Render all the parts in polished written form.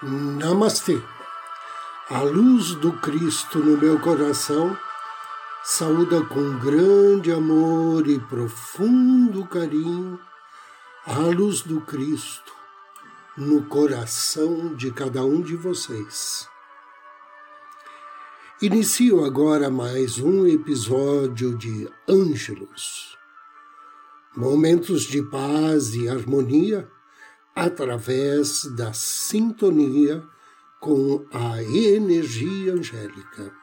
Namastê. A luz do Cristo no meu coração saúda com grande amor e profundo carinho a luz do Cristo no coração de cada um de vocês. Inicio agora mais um episódio de Ângelos, momentos de paz e harmonia através da sintonia com a energia angélica.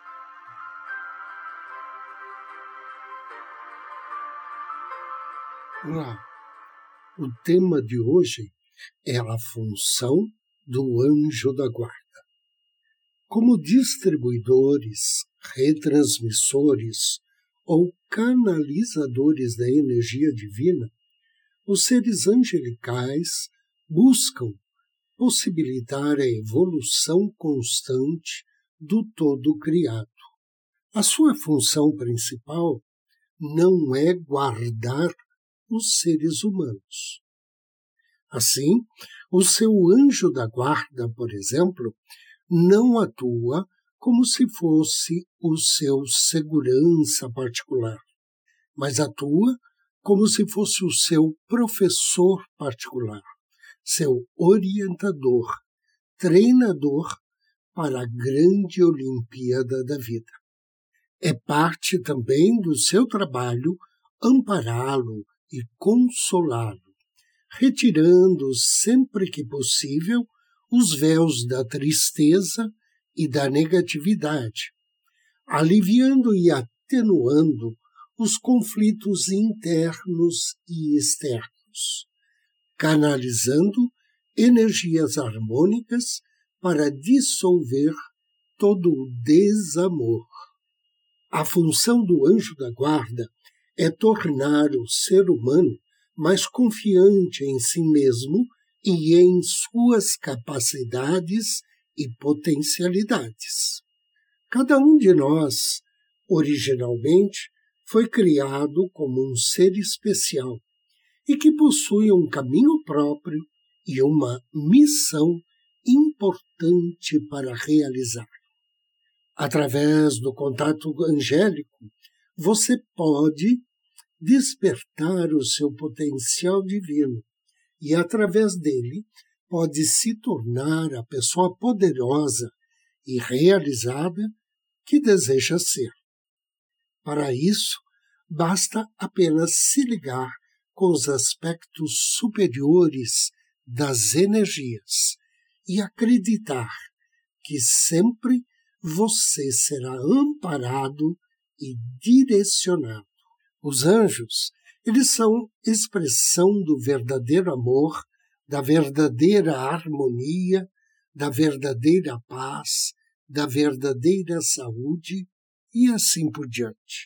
Olá, o tema de hoje é a função do anjo da guarda. Como distribuidores, retransmissores ou canalizadores da energia divina, os seres angelicais buscam possibilitar a evolução constante do todo criado. A sua função principal não é guardar os seres humanos. Assim, o seu anjo da guarda, por exemplo, não atua como se fosse o seu segurança particular, mas atua como se fosse o seu professor particular, seu orientador, treinador para a grande Olimpíada da vida. É parte também do seu trabalho ampará-lo e consolá-lo, retirando sempre que possível os véus da tristeza e da negatividade, aliviando e atenuando os conflitos internos e externos, canalizando energias harmônicas para dissolver todo o desamor. A função do anjo da guarda é tornar o ser humano mais confiante em si mesmo e em suas capacidades e potencialidades. Cada um de nós, originalmente, foi criado como um ser especial e que possui um caminho próprio e uma missão importante para realizar. Através do contato angélico, você pode despertar o seu potencial divino e, através dele, pode se tornar a pessoa poderosa e realizada que deseja ser. Para isso, basta apenas se ligar com os aspectos superiores das energias e acreditar que sempre você será amparado e direcionado. Os anjos, eles são expressão do verdadeiro amor, da verdadeira harmonia, da verdadeira paz, da verdadeira saúde e assim por diante.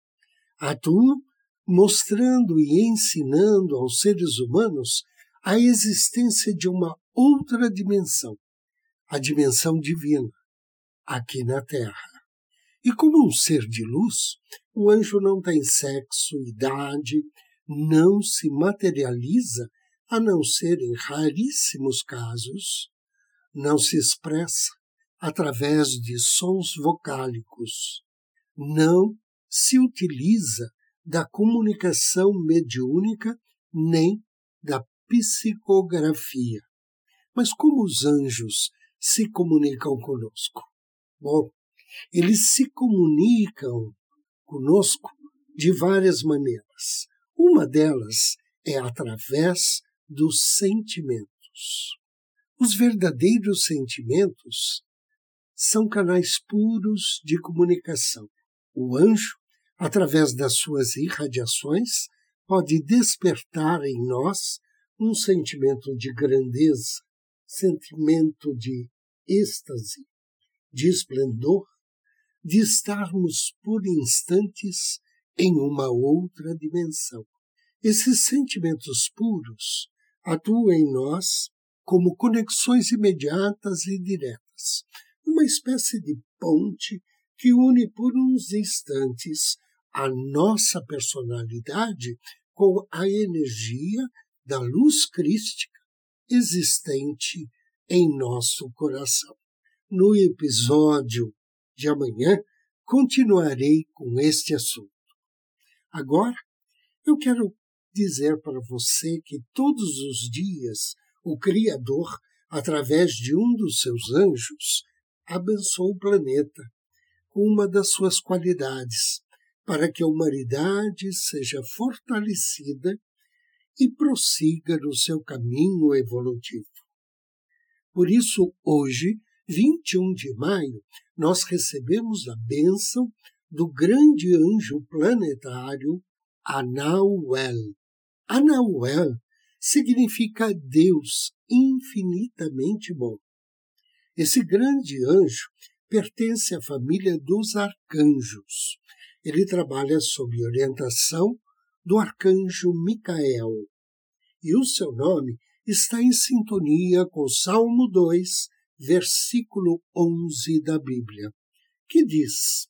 Atuam mostrando e ensinando aos seres humanos a existência de uma outra dimensão, a dimensão divina, aqui na Terra. E como um ser de luz, o anjo não tem sexo, idade, não se materializa, a não ser em raríssimos casos, não se expressa através de sons vocálicos, não se utiliza da comunicação mediúnica nem da psicografia. Mas como os anjos se comunicam conosco? Bom, eles se comunicam conosco de várias maneiras. Uma delas é através dos sentimentos. Os verdadeiros sentimentos são canais puros de comunicação. O anjo, através das suas irradiações, pode despertar em nós um sentimento de grandeza, sentimento de êxtase, de esplendor, de estarmos por instantes em uma outra dimensão. Esses sentimentos puros atuam em nós como conexões imediatas e diretas, uma espécie de ponte que une por uns instantes a nossa personalidade com a energia da luz crística existente em nosso coração. No episódio de amanhã, continuarei com este assunto. Agora, eu quero dizer para você que todos os dias o Criador, através de um dos seus anjos, abençoa o planeta com uma das suas qualidades, para que a humanidade seja fortalecida e prossiga no seu caminho evolutivo. Por isso, hoje, 21 de maio, nós recebemos a bênção do grande anjo planetário Anahuel. Anahuel significa Deus infinitamente bom. Esse grande anjo pertence à família dos arcanjos. Ele trabalha sob orientação do arcanjo Micael. E o seu nome está em sintonia com o Salmo 2, versículo 11 da Bíblia, que diz: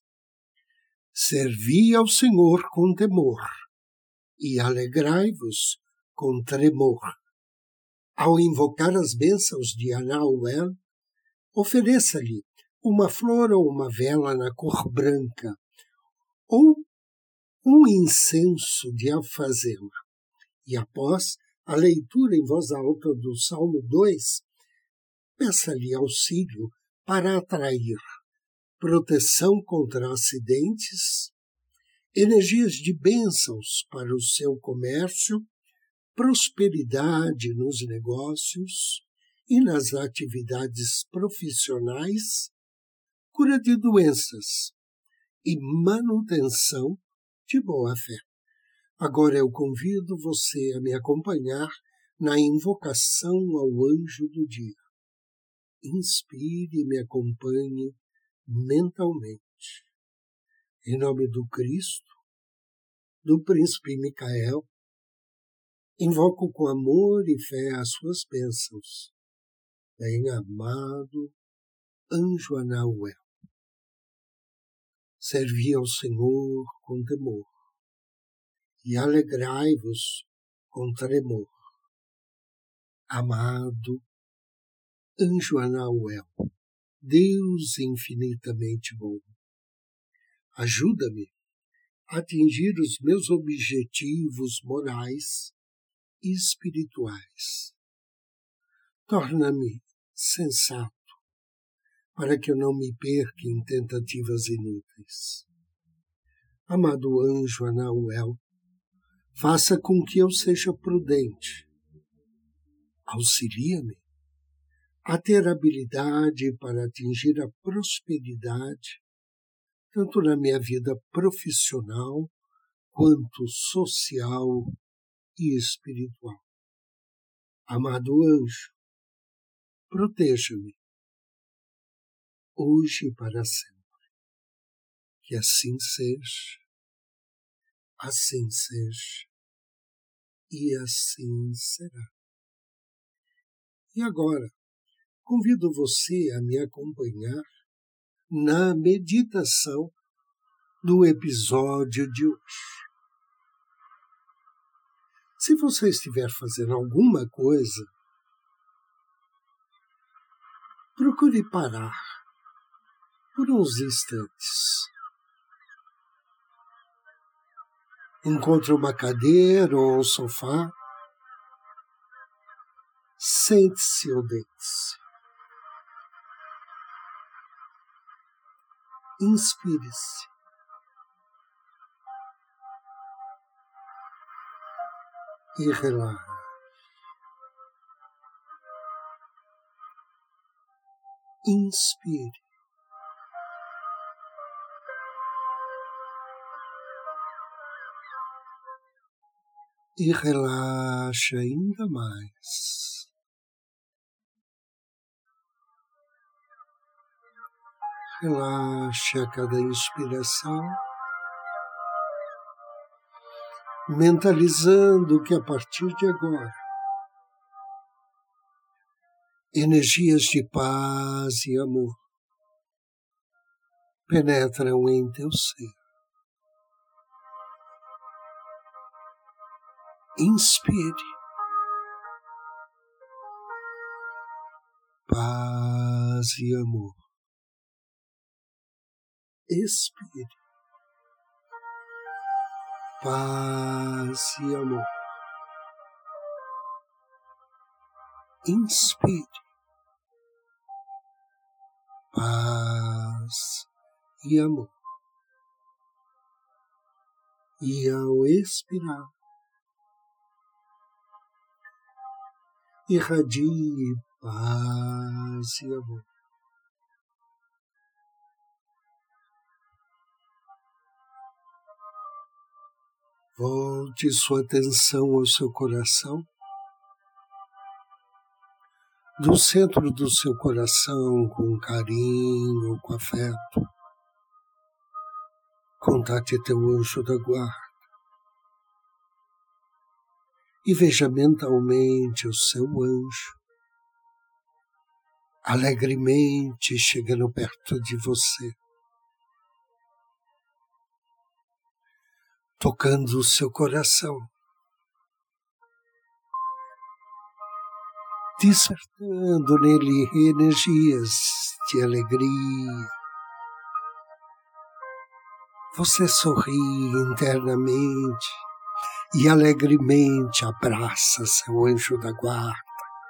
Servi ao Senhor com temor e alegrai-vos com tremor. Ao invocar as bênçãos de Anahuel, ofereça-lhe uma flor ou uma vela na cor branca, ou um incenso de alfazema. E após a leitura em voz alta do Salmo 2, peça-lhe auxílio para atrair proteção contra acidentes, energias de bênçãos para o seu comércio, prosperidade nos negócios e nas atividades profissionais, cura de doenças e manutenção de boa-fé. Agora eu convido você a me acompanhar na invocação ao anjo do dia. Inspire e me acompanhe mentalmente. Em nome do Cristo, do príncipe Micael, invoco com amor e fé as suas bênçãos. Bem-amado anjo Anahuel, servi ao Senhor com temor e alegrai-vos com tremor. Amado anjo Anahuel, Deus infinitamente bom, ajuda-me a atingir os meus objetivos morais e espirituais. Torna-me sensato, para que eu não me perca em tentativas inúteis. Amado anjo Anahuel, faça com que eu seja prudente. Auxilia-me a ter habilidade para atingir a prosperidade, tanto na minha vida profissional, quanto social e espiritual. Amado anjo, proteja-me, hoje e para sempre. Que assim seja e assim será. E agora, convido você a me acompanhar na meditação do episódio de hoje. Se você estiver fazendo alguma coisa, procure parar por uns instantes. Encontre uma cadeira ou um sofá, sente-se ou deite-se. Inspire-se. E relaxe. Inspire. E relaxe ainda mais. Relaxe a cada inspiração, mentalizando que a partir de agora, energias de paz e amor penetram em teu ser. Inspire. paz e amor. Expire. Paz e amor. Inspire. Paz e amor. E ao expirar, irradie paz e amor. Volte sua atenção ao seu coração. Do centro do seu coração, com carinho, com afeto, contate teu anjo da guarda e veja mentalmente o seu anjo alegremente chegando perto de você, tocando o seu coração, despertando nele energias de alegria. Você sorri internamente e alegremente abraça seu anjo da guarda,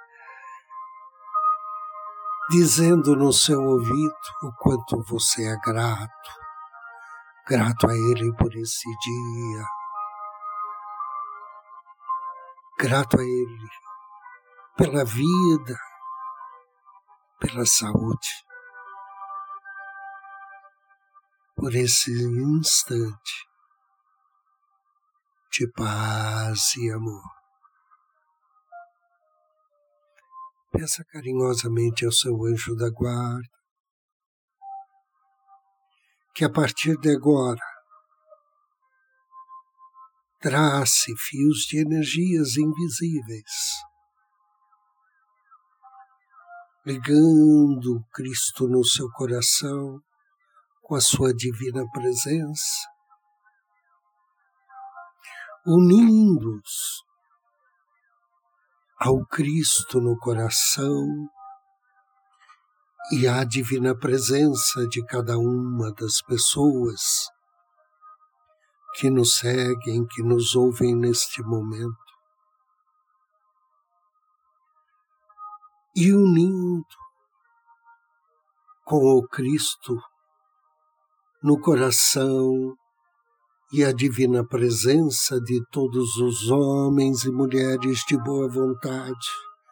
dizendo no seu ouvido o quanto você é grato a ele por esse dia, grato a ele pela vida, pela saúde, por esse instante de paz e amor. Peça carinhosamente ao seu anjo da guarda que a partir de agora trace fios de energias invisíveis, ligando Cristo no seu coração com a sua divina presença, unindo-os ao Cristo no coração e à divina presença de cada uma das pessoas que nos seguem, que nos ouvem neste momento, e unindo com o Cristo no coração e a divina presença de todos os homens e mulheres de boa vontade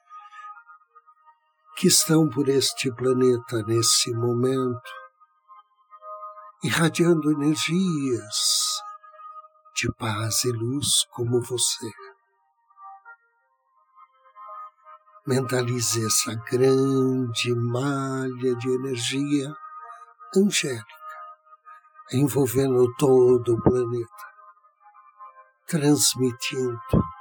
que estão por este planeta nesse momento, irradiando energias de paz e luz como você. Mentalize essa grande malha de energia angélica envolvendo todo o planeta, transmitindo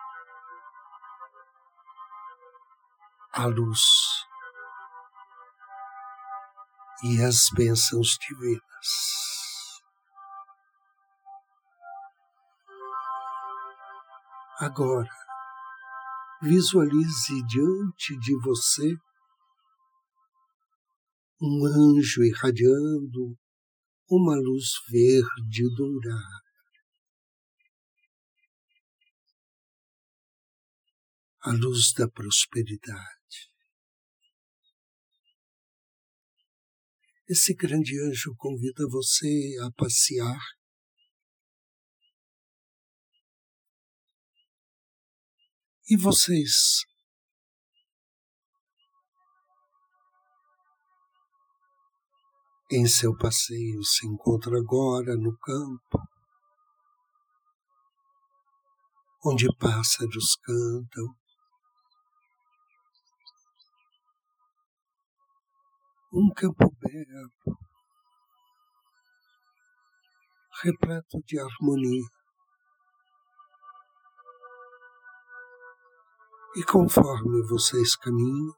a luz e as bênçãos divinas. Agora, visualize diante de você um anjo irradiando uma luz verde dourada. A luz da prosperidade. Esse grande anjo convida você a passear e vocês em seu passeio se encontram agora no campo, onde pássaros cantam, um campo belo, repleto de harmonia. E conforme vocês caminham,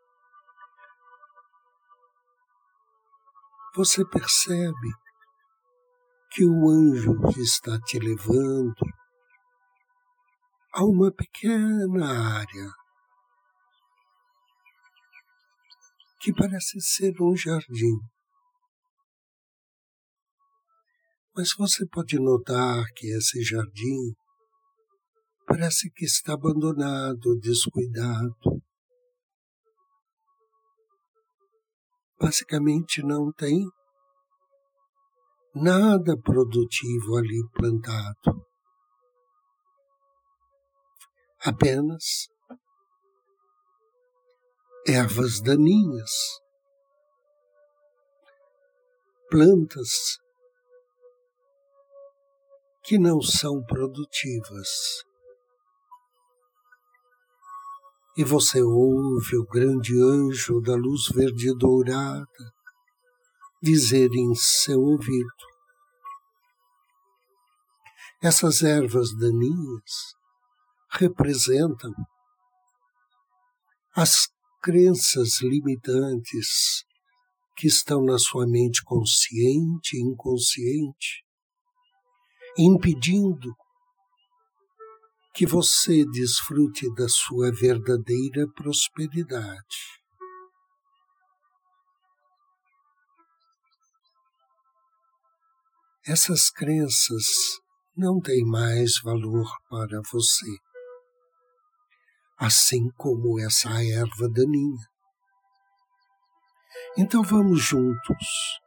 você percebe que o anjo está te levando a uma pequena área que parece ser um jardim. Mas você pode notar que esse jardim parece que está abandonado, descuidado. Basicamente não tem nada produtivo ali plantado. Apenas ervas daninhas, plantas que não são produtivas. E você ouve o grande anjo da luz verde dourada dizer em seu ouvido: essas ervas daninhas representam as crenças limitantes que estão na sua mente consciente e inconsciente, impedindo que você desfrute da sua verdadeira prosperidade. Essas crenças não têm mais valor para você, assim como essa erva daninha. Então vamos juntos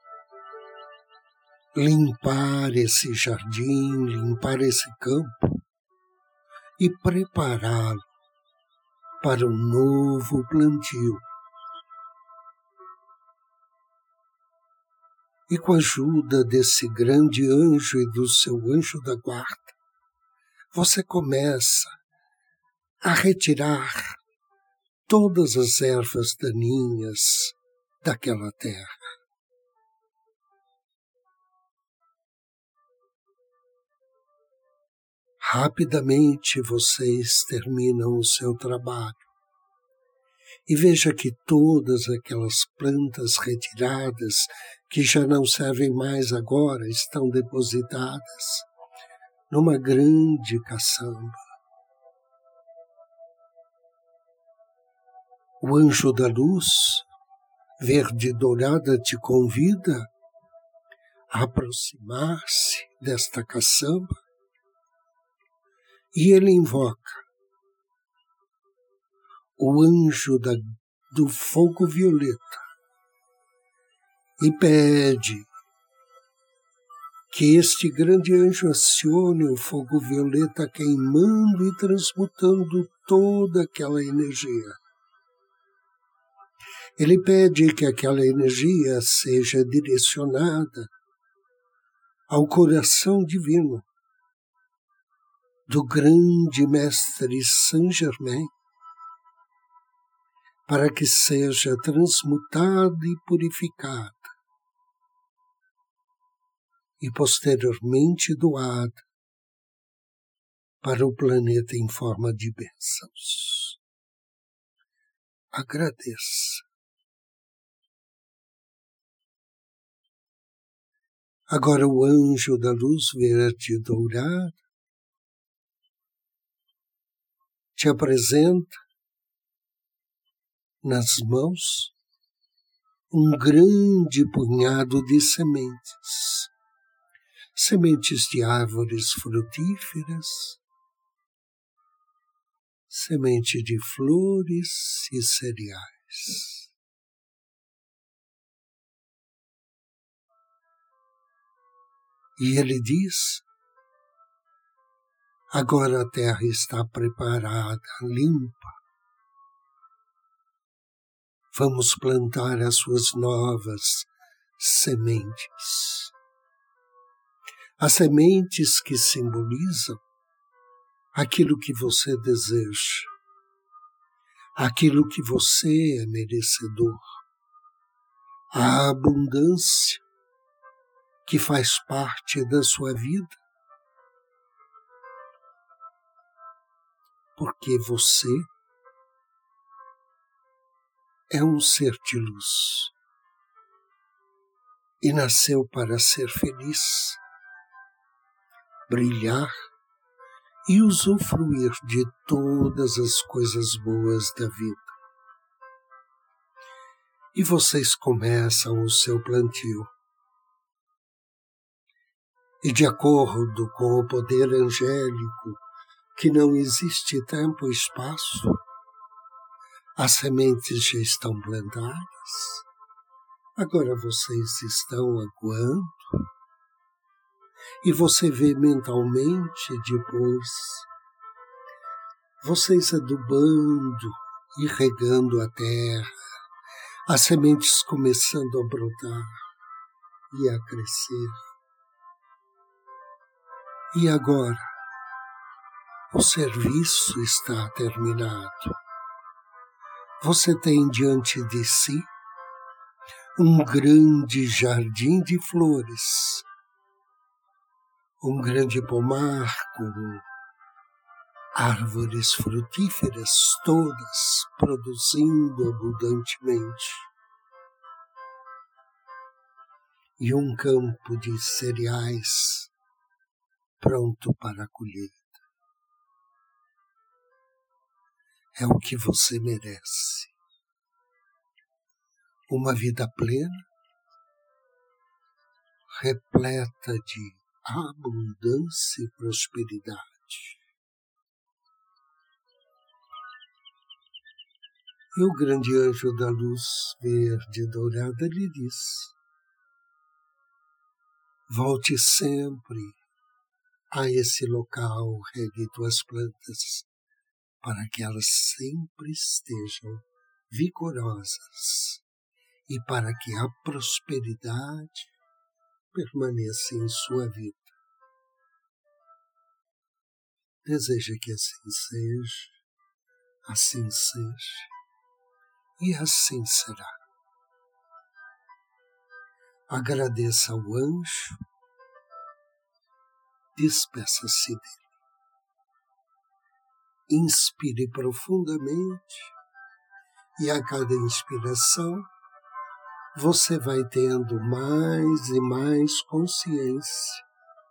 limpar esse jardim, limpar esse campo e prepará-lo para um novo plantio. E com a ajuda desse grande anjo e do seu anjo da guarda, você começa a retirar todas as ervas daninhas daquela terra. Rapidamente vocês terminam o seu trabalho e veja que todas aquelas plantas retiradas que já não servem mais agora estão depositadas numa grande caçamba. O anjo da luz, verde e dourada, te convida a aproximar-se desta caçamba e ele invoca o anjo do fogo violeta e pede que este grande anjo acione o fogo violeta queimando e transmutando toda aquela energia. Ele pede que aquela energia seja direcionada ao coração divino do grande mestre Saint-Germain, para que seja transmutada e purificada e posteriormente doada para o planeta em forma de bênçãos. Agradeça. Agora o anjo da luz verde e dourada te apresenta nas mãos um grande punhado de sementes, sementes de árvores frutíferas, semente de flores e cereais. E ele diz: agora a terra está preparada, limpa. Vamos plantar as suas novas sementes. As sementes que simbolizam aquilo que você deseja, aquilo que você é merecedor, a abundância que faz parte da sua vida, porque você é um ser de luz e nasceu para ser feliz, brilhar e usufruir de todas as coisas boas da vida. E vocês começam o seu plantio. E de acordo com o poder angélico, que não existe tempo e espaço, as sementes já estão plantadas. Agora vocês estão aguando. E você vê mentalmente depois vocês adubando e regando a terra, as sementes começando a brotar e a crescer. E agora, o serviço está terminado. Você tem diante de si um grande jardim de flores, um grande pomar com árvores frutíferas todas produzindo abundantemente, e um campo de cereais pronto para a colheita. É o que você merece. Uma vida plena, repleta de abundância e prosperidade. E o grande anjo da luz verde e dourada lhe diz: volte sempre a esse local, regue tuas plantas, para que elas sempre estejam vigorosas e para que a prosperidade permaneça em sua vida. Deseja que assim seja e assim será. Agradeça ao anjo, despeça-se dele. Inspire profundamente e a cada inspiração você vai tendo mais e mais consciência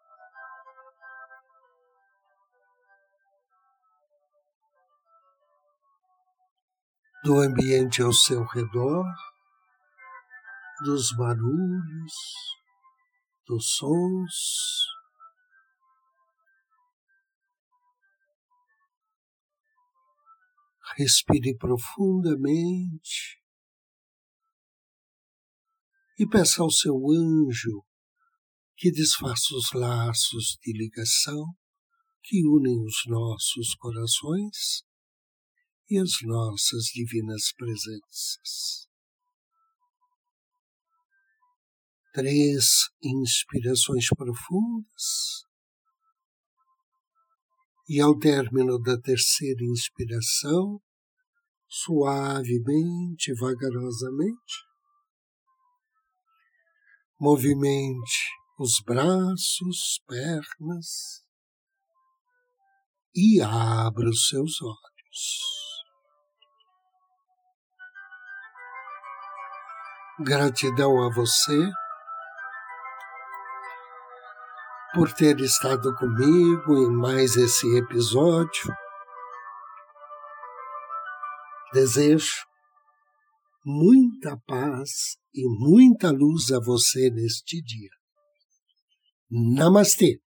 do ambiente ao seu redor, dos barulhos, dos sons. Respire profundamente e peça ao seu anjo que desfaça os laços de ligação que unem os nossos corações e as nossas divinas presenças. 3 inspirações profundas. E ao término da terceira inspiração, suavemente, vagarosamente, movimente os braços, pernas e abra os seus olhos. Gratidão a você por ter estado comigo em mais esse episódio. Desejo muita paz e muita luz a você neste dia. Namastê!